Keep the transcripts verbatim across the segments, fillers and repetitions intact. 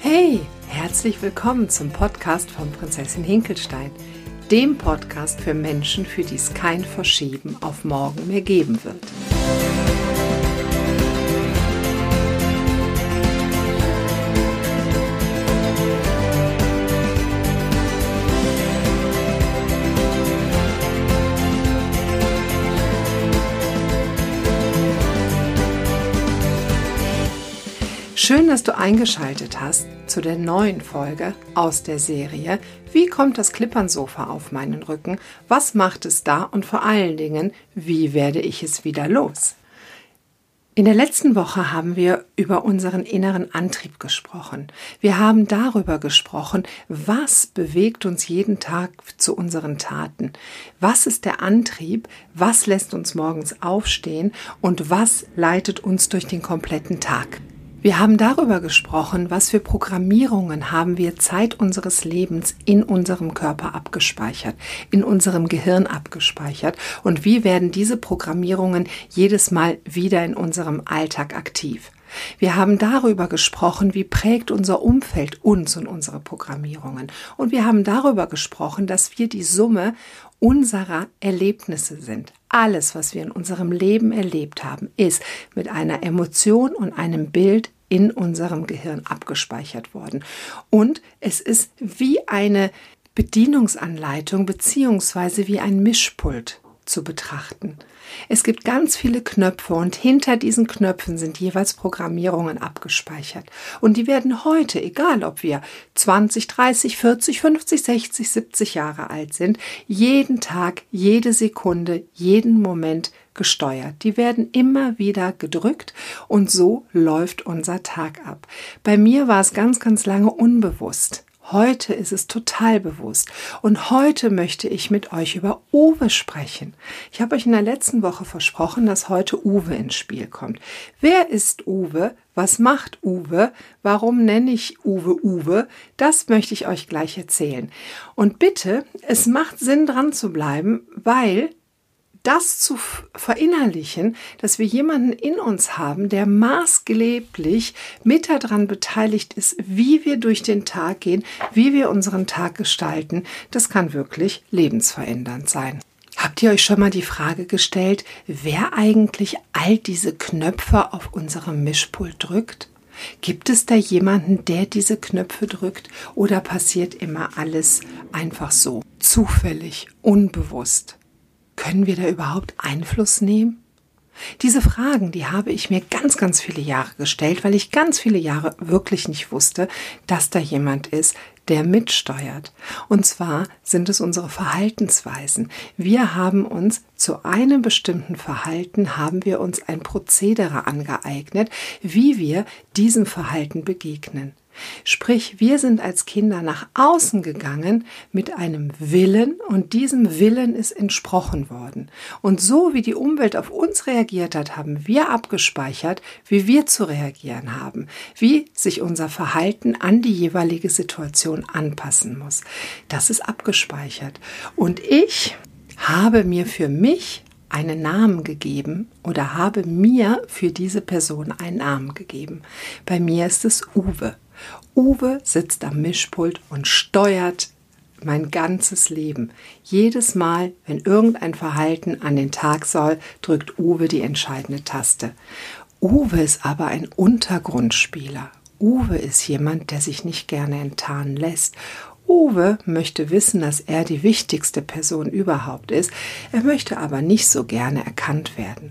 Hey, herzlich willkommen zum Podcast von Prinzessin Hinkelstein, dem Podcast für Menschen, für die es kein Verschieben auf morgen mehr geben wird. Schön, dass du eingeschaltet hast zu der neuen Folge aus der Serie Wie kommt das Klippernsofa auf meinen Rücken? Was macht es da? Und vor allen Dingen, wie werde ich es wieder los? In der letzten Woche haben wir über unseren inneren Antrieb gesprochen. Wir haben darüber gesprochen, was bewegt uns jeden Tag zu unseren Taten. Was ist der Antrieb? Was lässt uns morgens aufstehen? Und was leitet uns durch den kompletten Tag? Wir haben darüber gesprochen, was für Programmierungen haben wir Zeit unseres Lebens in unserem Körper abgespeichert, in unserem Gehirn abgespeichert und wie werden diese Programmierungen jedes Mal wieder in unserem Alltag aktiv. Wir haben darüber gesprochen, wie prägt unser Umfeld uns und unsere Programmierungen. Und wir haben darüber gesprochen, dass wir die Summe unserer Erlebnisse sind. Alles, was wir in unserem Leben erlebt haben, ist mit einer Emotion und einem Bild in unserem Gehirn abgespeichert worden. Und es ist wie eine Bedienungsanleitung beziehungsweise wie ein Mischpult zu betrachten. Es gibt ganz viele Knöpfe und hinter diesen Knöpfen sind jeweils Programmierungen abgespeichert. Und die werden heute, egal ob wir zwanzig, dreißig, vierzig, fünfzig, sechzig, siebzig Jahre alt sind, jeden Tag, jede Sekunde, jeden Moment gesteuert. Die werden immer wieder gedrückt und so läuft unser Tag ab. Bei mir war es ganz, ganz lange unbewusst. Heute ist es total bewusst und heute möchte ich mit euch über Uwe sprechen. Ich habe euch in der letzten Woche versprochen, dass heute Uwe ins Spiel kommt. Wer ist Uwe? Was macht Uwe? Warum nenne ich Uwe Uwe? Das möchte ich euch gleich erzählen. Und bitte, es macht Sinn dran zu bleiben, weil das zu verinnerlichen, dass wir jemanden in uns haben, der maßgeblich mit daran beteiligt ist, wie wir durch den Tag gehen, wie wir unseren Tag gestalten, das kann wirklich lebensverändernd sein. Habt ihr euch schon mal die Frage gestellt, wer eigentlich all diese Knöpfe auf unserem Mischpult drückt? Gibt es da jemanden, der diese Knöpfe drückt oder passiert immer alles einfach so, zufällig, unbewusst? Können wir da überhaupt Einfluss nehmen? Diese Fragen, die habe ich mir ganz, ganz viele Jahre gestellt, weil ich ganz viele Jahre wirklich nicht wusste, dass da jemand ist, der mitsteuert. Und zwar sind es unsere Verhaltensweisen. Wir haben uns zu einem bestimmten Verhalten, haben wir uns ein Prozedere angeeignet, wie wir diesem Verhalten begegnen. Sprich, wir sind als Kinder nach außen gegangen mit einem Willen und diesem Willen ist entsprochen worden. Und so wie die Umwelt auf uns reagiert hat, haben wir abgespeichert, wie wir zu reagieren haben, wie sich unser Verhalten an die jeweilige Situation anpassen muss. Das ist abgespeichert. Und ich habe mir für mich einen Namen gegeben oder habe mir für diese Person einen Namen gegeben. Bei mir ist es Uwe. Uwe sitzt am Mischpult und steuert mein ganzes Leben. Jedes Mal, wenn irgendein Verhalten an den Tag soll, drückt Uwe die entscheidende Taste. Uwe ist aber ein Untergrundspieler. Uwe ist jemand, der sich nicht gerne enttarnen lässt. Uwe möchte wissen, dass er die wichtigste Person überhaupt ist. Er möchte aber nicht so gerne erkannt werden.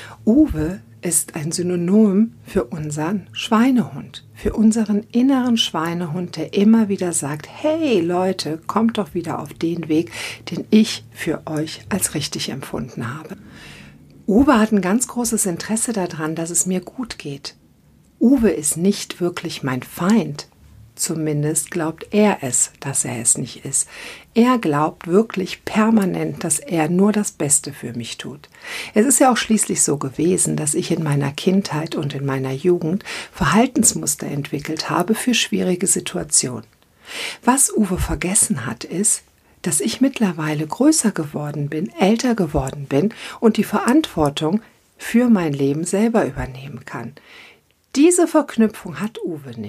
Uwe ist ein Synonym für unseren Schweinehund, für unseren inneren Schweinehund, der immer wieder sagt, hey Leute, kommt doch wieder auf den Weg, den ich für euch als richtig empfunden habe. Uwe hat ein ganz großes Interesse daran, dass es mir gut geht. Uwe ist nicht wirklich mein Feind. Zumindest glaubt er es, dass er es nicht ist. Er glaubt wirklich permanent, dass er nur das Beste für mich tut. Es ist ja auch schließlich so gewesen, dass ich in meiner Kindheit und in meiner Jugend Verhaltensmuster entwickelt habe für schwierige Situationen. Was Uwe vergessen hat, ist, dass ich mittlerweile größer geworden bin, älter geworden bin und die Verantwortung für mein Leben selber übernehmen kann. Diese Verknüpfung hat Uwe nicht.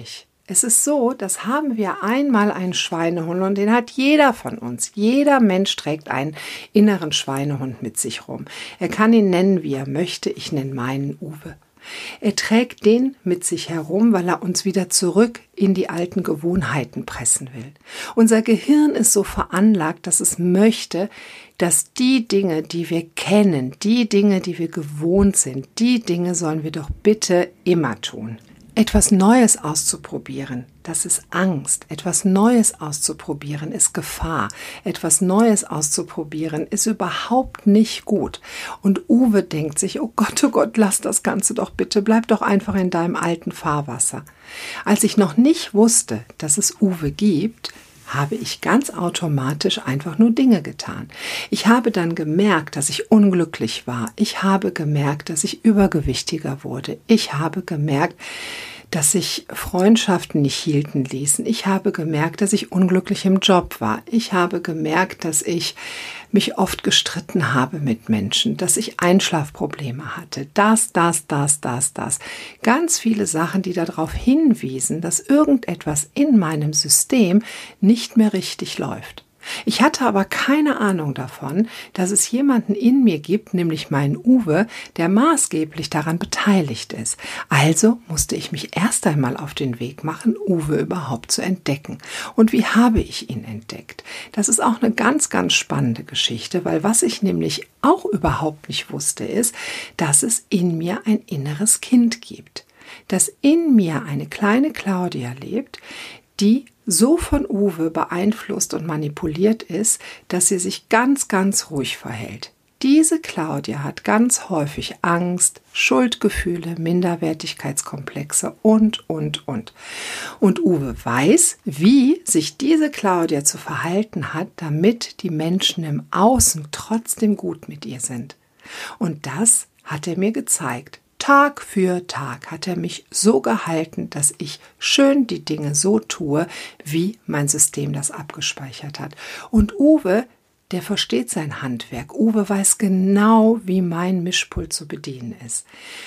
Es ist so, dass haben wir einmal einen Schweinehund und den hat jeder von uns. Jeder Mensch trägt einen inneren Schweinehund mit sich rum. Er kann ihn nennen, wie er möchte. Ich nenne meinen Uwe. Er trägt den mit sich herum, weil er uns wieder zurück in die alten Gewohnheiten pressen will. Unser Gehirn ist so veranlagt, dass es möchte, dass die Dinge, die wir kennen, die Dinge, die wir gewohnt sind, die Dinge sollen wir doch bitte immer tun. Etwas Neues auszuprobieren, das ist Angst. Etwas Neues auszuprobieren ist Gefahr. Etwas Neues auszuprobieren ist überhaupt nicht gut. Und Uwe denkt sich, oh Gott, oh Gott, lass das Ganze doch bitte, bleib doch einfach in deinem alten Fahrwasser. Als ich noch nicht wusste, dass es Uwe gibt, habe ich ganz automatisch einfach nur Dinge getan. Ich habe dann gemerkt, dass ich unglücklich war. Ich habe gemerkt, dass ich übergewichtiger wurde. Ich habe gemerkt, dass sich Freundschaften nicht hielten ließen. Ich habe gemerkt, dass ich unglücklich im Job war. Ich habe gemerkt, dass ich mich oft gestritten habe mit Menschen, dass ich Einschlafprobleme hatte. Das, das, das, das, das. Ganz viele Sachen, die darauf hinwiesen, dass irgendetwas in meinem System nicht mehr richtig läuft. Ich hatte aber keine Ahnung davon, dass es jemanden in mir gibt, nämlich meinen Uwe, der maßgeblich daran beteiligt ist. Also musste ich mich erst einmal auf den Weg machen, Uwe überhaupt zu entdecken. Und wie habe ich ihn entdeckt? Das ist auch eine ganz, ganz spannende Geschichte, weil was ich nämlich auch überhaupt nicht wusste, ist, dass es in mir ein inneres Kind gibt. Dass in mir eine kleine Claudia lebt, die so von Uwe beeinflusst und manipuliert ist, dass sie sich ganz, ganz ruhig verhält. Diese Claudia hat ganz häufig Angst, Schuldgefühle, Minderwertigkeitskomplexe und, und, und. Und Uwe weiß, wie sich diese Claudia zu verhalten hat, damit die Menschen im Außen trotzdem gut mit ihr sind. Und das hat er mir gezeigt. Tag für Tag hat er mich so gehalten, dass ich schön die Dinge so tue, wie mein System das abgespeichert hat. Und Uwe, der versteht sein Handwerk. Uwe weiß genau, wie mein Mischpult zu bedienen ist.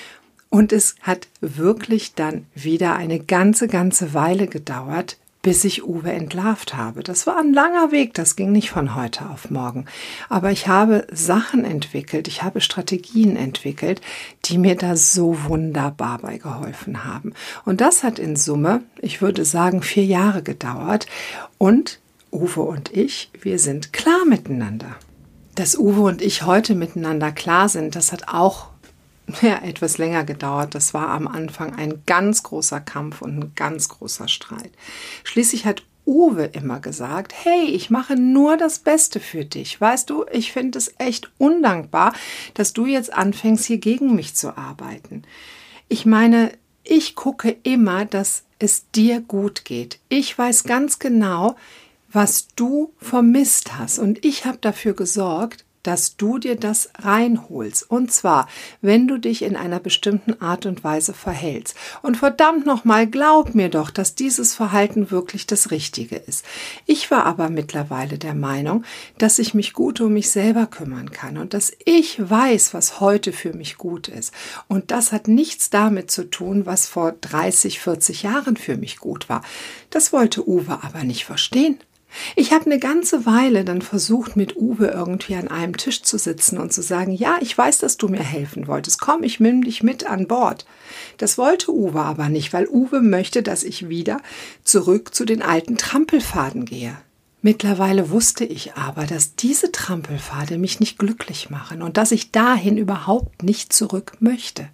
Und es hat wirklich dann wieder eine ganze, ganze Weile gedauert, bis ich Uwe entlarvt habe. Das war ein langer Weg, das ging nicht von heute auf morgen. Aber ich habe Sachen entwickelt, ich habe Strategien entwickelt, die mir da so wunderbar bei geholfen haben. Und das hat in Summe, ich würde sagen, vier Jahre gedauert. Und Uwe und ich, wir sind klar miteinander. Dass Uwe und ich heute miteinander klar sind, das hat auch ja, etwas länger gedauert. Das war am Anfang ein ganz großer Kampf und ein ganz großer Streit. Schließlich hat Uwe immer gesagt, hey, ich mache nur das Beste für dich. Weißt du, ich finde es echt undankbar, dass du jetzt anfängst, hier gegen mich zu arbeiten. Ich meine, ich gucke immer, dass es dir gut geht. Ich weiß ganz genau, was du vermisst hast. Und ich habe dafür gesorgt, dass du dir das reinholst. Und zwar, wenn du dich in einer bestimmten Art und Weise verhältst. Und verdammt nochmal, glaub mir doch, dass dieses Verhalten wirklich das Richtige ist. Ich war aber mittlerweile der Meinung, dass ich mich gut um mich selber kümmern kann und dass ich weiß, was heute für mich gut ist. Und das hat nichts damit zu tun, was vor dreißig, vierzig Jahren für mich gut war. Das wollte Uwe aber nicht verstehen. Ich habe eine ganze Weile dann versucht, mit Uwe irgendwie an einem Tisch zu sitzen und zu sagen, ja, ich weiß, dass du mir helfen wolltest. Komm, ich nimm dich mit an Bord. Das wollte Uwe aber nicht, weil Uwe möchte, dass ich wieder zurück zu den alten Trampelpfaden gehe. Mittlerweile wusste ich aber, dass diese Trampelpfade mich nicht glücklich machen und dass ich dahin überhaupt nicht zurück möchte.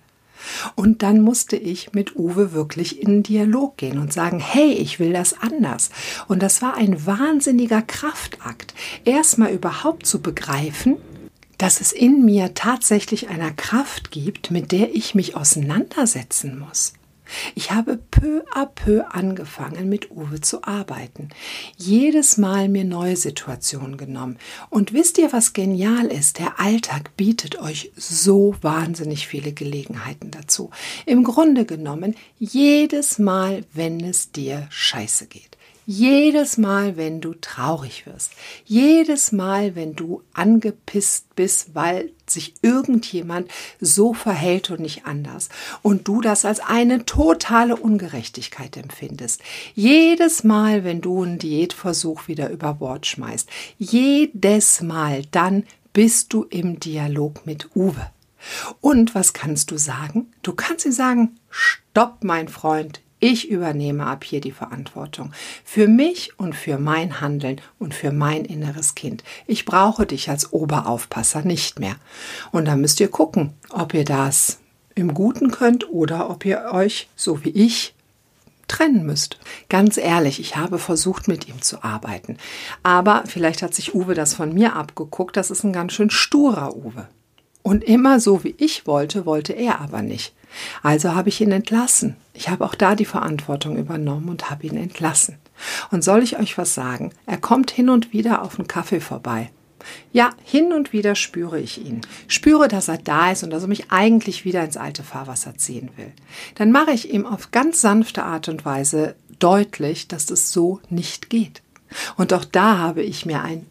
Und dann musste ich mit Uwe wirklich in den Dialog gehen und sagen, hey, ich will das anders. Und das war ein wahnsinniger Kraftakt, erstmal überhaupt zu begreifen, dass es in mir tatsächlich eine Kraft gibt, mit der ich mich auseinandersetzen muss. Ich habe peu à peu angefangen, mit Uwe zu arbeiten. Jedes Mal mir neue Situationen genommen. Und wisst ihr, was genial ist? Der Alltag bietet euch so wahnsinnig viele Gelegenheiten dazu. Im Grunde genommen, jedes Mal, wenn es dir scheiße geht. Jedes Mal, wenn du traurig wirst, jedes Mal, wenn du angepisst bist, weil sich irgendjemand so verhält und nicht anders und du das als eine totale Ungerechtigkeit empfindest, jedes Mal, wenn du einen Diätversuch wieder über Bord schmeißt, jedes Mal, dann bist du im Dialog mit Uwe. Und was kannst du sagen? Du kannst ihm sagen, stopp, mein Freund, ich übernehme ab hier die Verantwortung für mich und für mein Handeln und für mein inneres Kind. Ich brauche dich als Oberaufpasser nicht mehr. Und dann müsst ihr gucken, ob ihr das im Guten könnt oder ob ihr euch, so wie ich, trennen müsst. Ganz ehrlich, ich habe versucht, mit ihm zu arbeiten. Aber vielleicht hat sich Uwe das von mir abgeguckt. Das ist ein ganz schön sturer Uwe. Und immer so, wie ich wollte, wollte er aber nicht. Also habe ich ihn entlassen. Ich habe auch da die Verantwortung übernommen und habe ihn entlassen. Und soll ich euch was sagen? Er kommt hin und wieder auf einen Kaffee vorbei. Ja, hin und wieder spüre ich ihn. Spüre, dass er da ist und dass er mich eigentlich wieder ins alte Fahrwasser ziehen will. Dann mache ich ihm auf ganz sanfte Art und Weise deutlich, dass das so nicht geht. Und auch da habe ich mir ein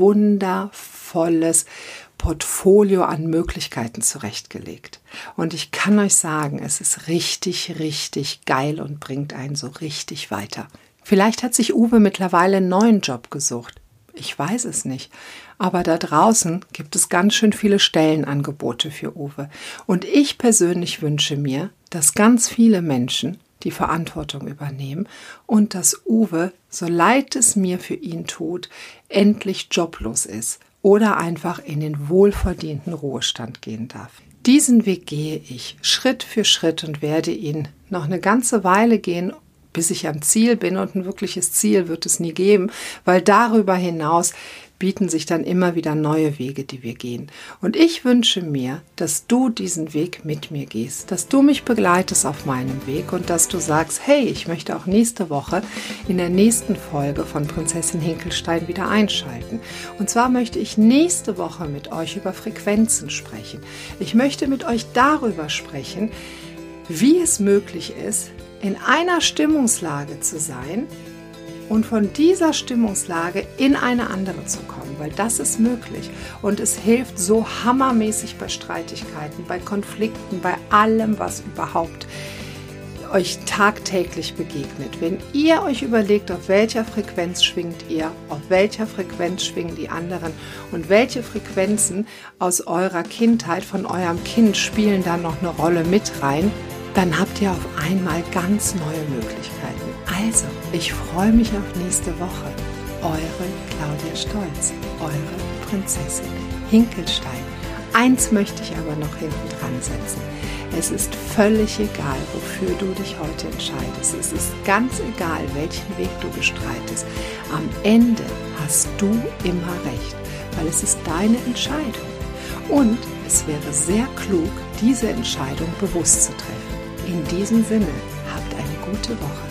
wundervolles Portfolio an Möglichkeiten zurechtgelegt. Und ich kann euch sagen, es ist richtig, richtig geil und bringt einen so richtig weiter. Vielleicht hat sich Uwe mittlerweile einen neuen Job gesucht. Ich weiß es nicht. Aber da draußen gibt es ganz schön viele Stellenangebote für Uwe. Und ich persönlich wünsche mir, dass ganz viele Menschen die Verantwortung übernehmen und dass Uwe, so leid es mir für ihn tut, endlich joblos ist oder einfach in den wohlverdienten Ruhestand gehen darf. Diesen Weg gehe ich Schritt für Schritt und werde ihn noch eine ganze Weile gehen, bis ich am Ziel bin, und ein wirkliches Ziel wird es nie geben, weil darüber hinaus bieten sich dann immer wieder neue Wege, die wir gehen. Und ich wünsche mir, dass du diesen Weg mit mir gehst, dass du mich begleitest auf meinem Weg und dass du sagst, hey, ich möchte auch nächste Woche in der nächsten Folge von Prinzessin Hinkelstein wieder einschalten. Und zwar möchte ich nächste Woche mit euch über Frequenzen sprechen. Ich möchte mit euch darüber sprechen, wie es möglich ist, in einer Stimmungslage zu sein und von dieser Stimmungslage in eine andere zu kommen, weil das ist möglich und es hilft so hammermäßig bei Streitigkeiten, bei Konflikten, bei allem, was überhaupt euch tagtäglich begegnet. Wenn ihr euch überlegt, auf welcher Frequenz schwingt ihr, auf welcher Frequenz schwingen die anderen und welche Frequenzen aus eurer Kindheit, von eurem Kind spielen da noch eine Rolle mit rein, dann habt ihr auf einmal ganz neue Möglichkeiten. Also, ich freue mich auf nächste Woche. Eure Claudia Stolz, eure Prinzessin Hinkelstein. Eins möchte ich aber noch hinten dran setzen. Es ist völlig egal, wofür du dich heute entscheidest. Es ist ganz egal, welchen Weg du bestreitest. Am Ende hast du immer recht, weil es ist deine Entscheidung. Und es wäre sehr klug, diese Entscheidung bewusst zu treffen. In diesem Sinne, habt eine gute Woche.